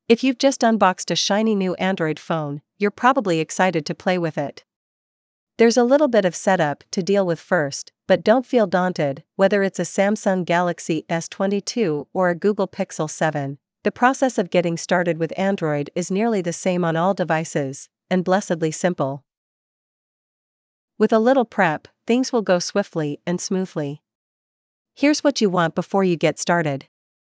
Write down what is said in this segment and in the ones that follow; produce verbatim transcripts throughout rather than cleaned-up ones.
If you've just unboxed a shiny new Android phone, you're probably excited to play with it. There's a little bit of setup to deal with first, but don't feel daunted. Whether it's a Samsung Galaxy S twenty-two or a Google Pixel seven, the process of getting started with Android is nearly the same on all devices, and blessedly simple. With a little prep, things will go swiftly and smoothly. Here's what you want before you get started.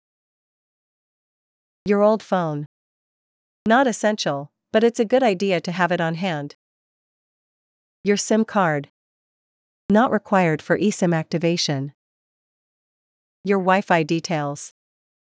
Your old phone. Not essential, but it's a good idea to have it on hand. Your SIM card. Not required for eSIM activation. Your Wi-Fi details.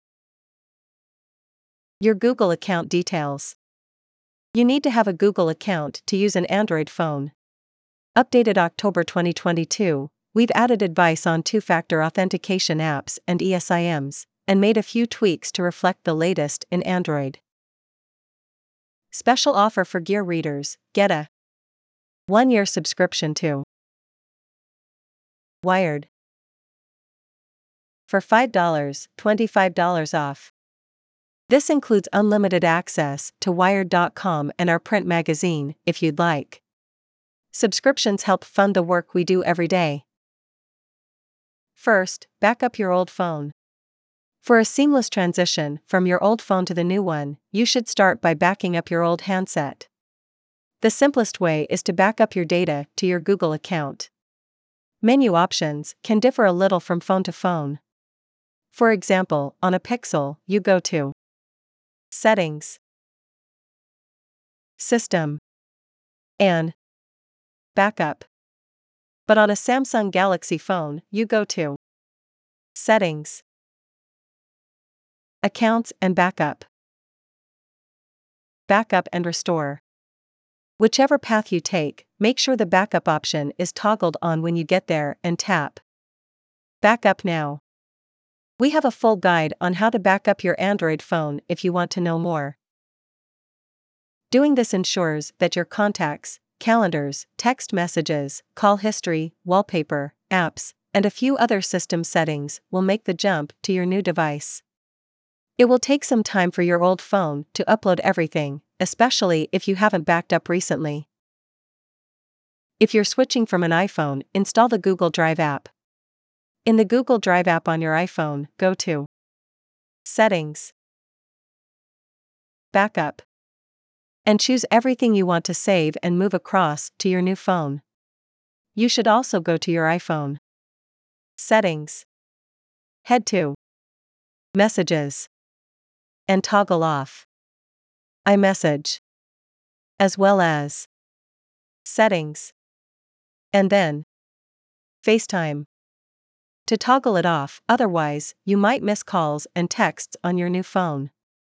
Your Google account details. You need to have a Google account to use an Android phone. Updated October twenty twenty-two, we've added advice on two-factor authentication apps and eSIMs, and made a few tweaks to reflect the latest in Android. Special offer for Gear readers: get a one-year subscription to Wired for five dollars, twenty-five dollars off. This includes unlimited access to Wired dot com and our print magazine, if you'd like. Subscriptions help fund the work we do every day. First, back up your old phone. For a seamless transition from your old phone to the new one, you should start by backing up your old handset. The simplest way is to back up your data to your Google account. Menu options can differ a little from phone to phone. For example, on a Pixel, you go to Settings, System, and Backup. But on a Samsung Galaxy phone, you go to Settings, Accounts and Backup, Backup and Restore. Whichever path you take, make sure the backup option is toggled on when you get there and tap Backup Now. We have a full guide on how to back up your Android phone if you want to know more. Doing this ensures that your contacts, calendars, text messages, call history, wallpaper, apps, and a few other system settings will make the jump to your new device. It will take some time for your old phone to upload everything, especially if you haven't backed up recently. If you're switching from an iPhone, install the Google Drive app. In the Google Drive app on your iPhone, go to Settings, Backup, and choose everything you want to save and move across to your new phone. You should also go to your iPhone Settings, head to Messages, and toggle off iMessage, as well as Settings, and then FaceTime. To toggle it off, otherwise, you might miss calls and texts on your new phone.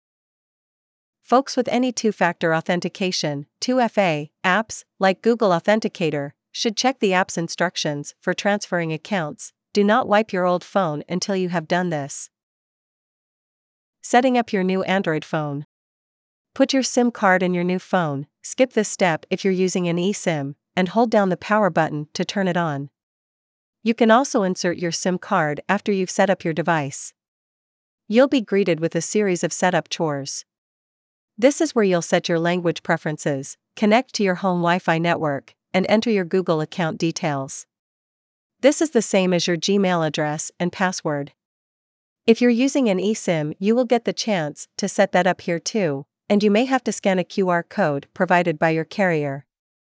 Folks with any two-factor authentication, two F A, apps, like Google Authenticator, should check the app's instructions for transferring accounts. Do not wipe your old phone until you have done this. Setting up your new Android phone. Put your SIM card in your new phone, skip this step if you're using an eSIM, and hold down the power button to turn it on. You can also insert your SIM card after you've set up your device. You'll be greeted with a series of setup chores. This is where you'll set your language preferences, connect to your home Wi-Fi network, and enter your Google account details. This is the same as your Gmail address and password. If you're using an eSIM, you will get the chance to set that up here too, and you may have to scan a Q R code provided by your carrier.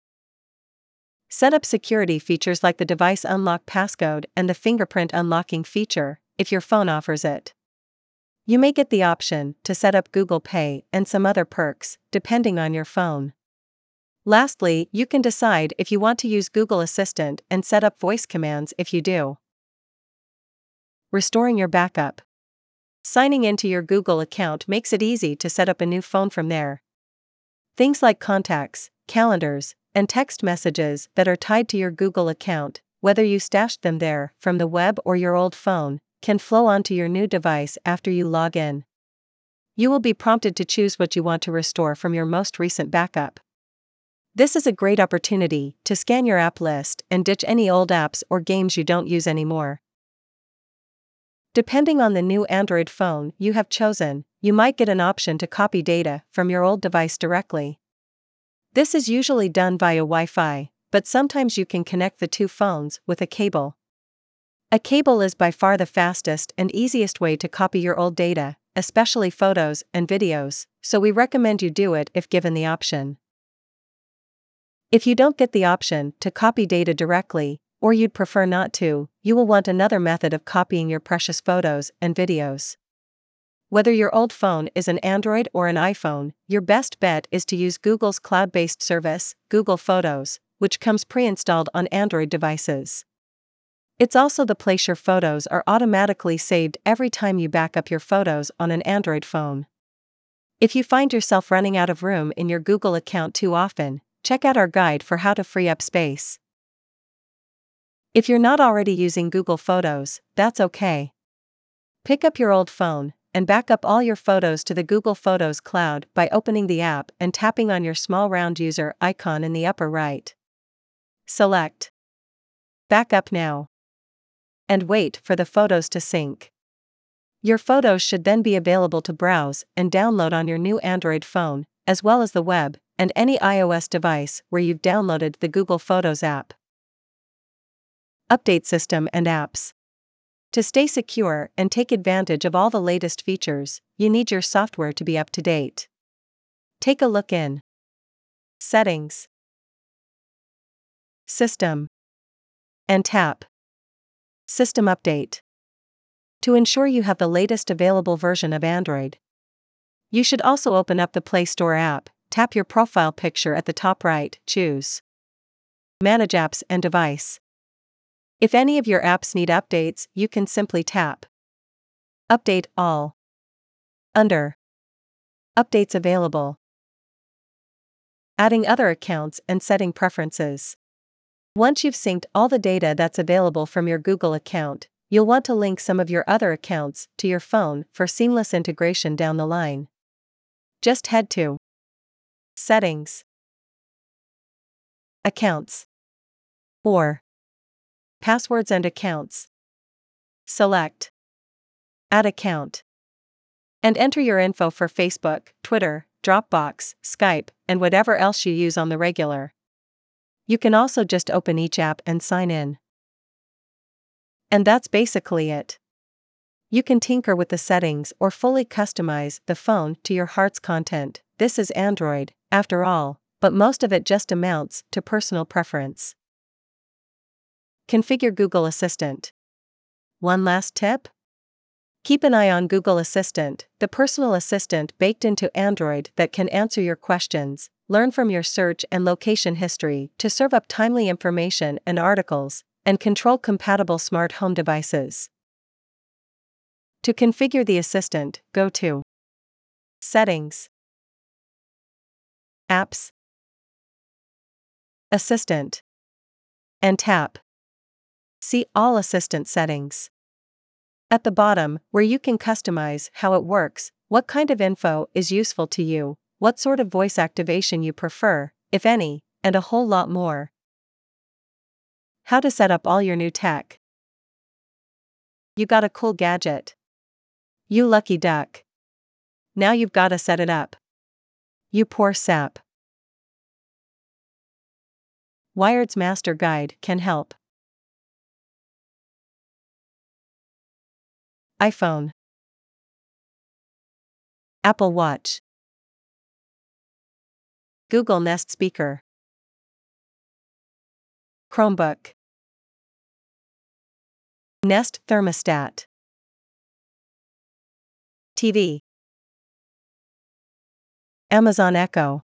Set up security features like the device unlock passcode and the fingerprint unlocking feature, if your phone offers it. You may get the option to set up Google Pay and some other perks, depending on your phone. Lastly, you can decide if you want to use Google Assistant and set up voice commands if you do. Restoring your backup. Signing into your Google account makes it easy to set up a new phone from there. Things like contacts, calendars, and text messages that are tied to your Google account, whether you stashed them there from the web or your old phone, can flow onto your new device after you log in. You will be prompted to choose what you want to restore from your most recent backup. This is a great opportunity to scan your app list and ditch any old apps or games you don't use anymore. Depending on the new Android phone you have chosen, you might get an option to copy data from your old device directly. This is usually done via Wi-Fi, but sometimes you can connect the two phones with a cable. A cable is by far the fastest and easiest way to copy your old data, especially photos and videos, so we recommend you do it if given the option. If you don't get the option to copy data directly, or you'd prefer not to, you will want another method of copying your precious photos and videos. Whether your old phone is an Android or an iPhone, your best bet is to use Google's cloud-based service, Google Photos, which comes pre-installed on Android devices. It's also the place your photos are automatically saved every time you back up your photos on an Android phone. If you find yourself running out of room in your Google account too often, check out our guide for how to free up space. If you're not already using Google Photos, that's okay. Pick up your old phone and back up all your photos to the Google Photos cloud by opening the app and tapping on your small round user icon in the upper right. Select Backup Now and wait for the photos to sync. Your photos should then be available to browse and download on your new Android phone, as well as the web and any iOS device where you've downloaded the Google Photos app. Update system and apps. To stay secure and take advantage of all the latest features, you need your software to be up to date. Take a look in Settings, System, and tap System Update to ensure you have the latest available version of Android. You should also open up the Play Store app, tap your profile picture at the top right, choose Manage Apps and Device. If any of your apps need updates, you can simply tap Update All under Updates Available. Adding other accounts and setting preferences. Once you've synced all the data that's available from your Google account, you'll want to link some of your other accounts to your phone for seamless integration down the line. Just head to Settings, Accounts, or Passwords and Accounts. Select Add Account and enter your info for Facebook, Twitter, Dropbox, Skype, and whatever else you use on the regular. You can also just open each app and sign in. And that's basically it. You can tinker with the settings or fully customize the phone to your heart's content. This is Android, after all, but most of it just amounts to personal preference. Configure Google Assistant. One last tip? Keep an eye on Google Assistant, the personal assistant baked into Android that can answer your questions, learn from your search and location history to serve up timely information and articles, and control compatible smart home devices. To configure the assistant, go to Settings, Apps, Assistant, and tap See All Assistant Settings. At the bottom, where you can customize how it works, what kind of info is useful to you, what sort of voice activation you prefer, if any, and a whole lot more. How to set up all your new tech. You got a cool gadget. You lucky duck. Now you've got to set it up. You poor sap. Wired's Master Guide can help. iPhone, Apple Watch, Google Nest Speaker, Chromebook, Nest Thermostat, T V, Amazon Echo.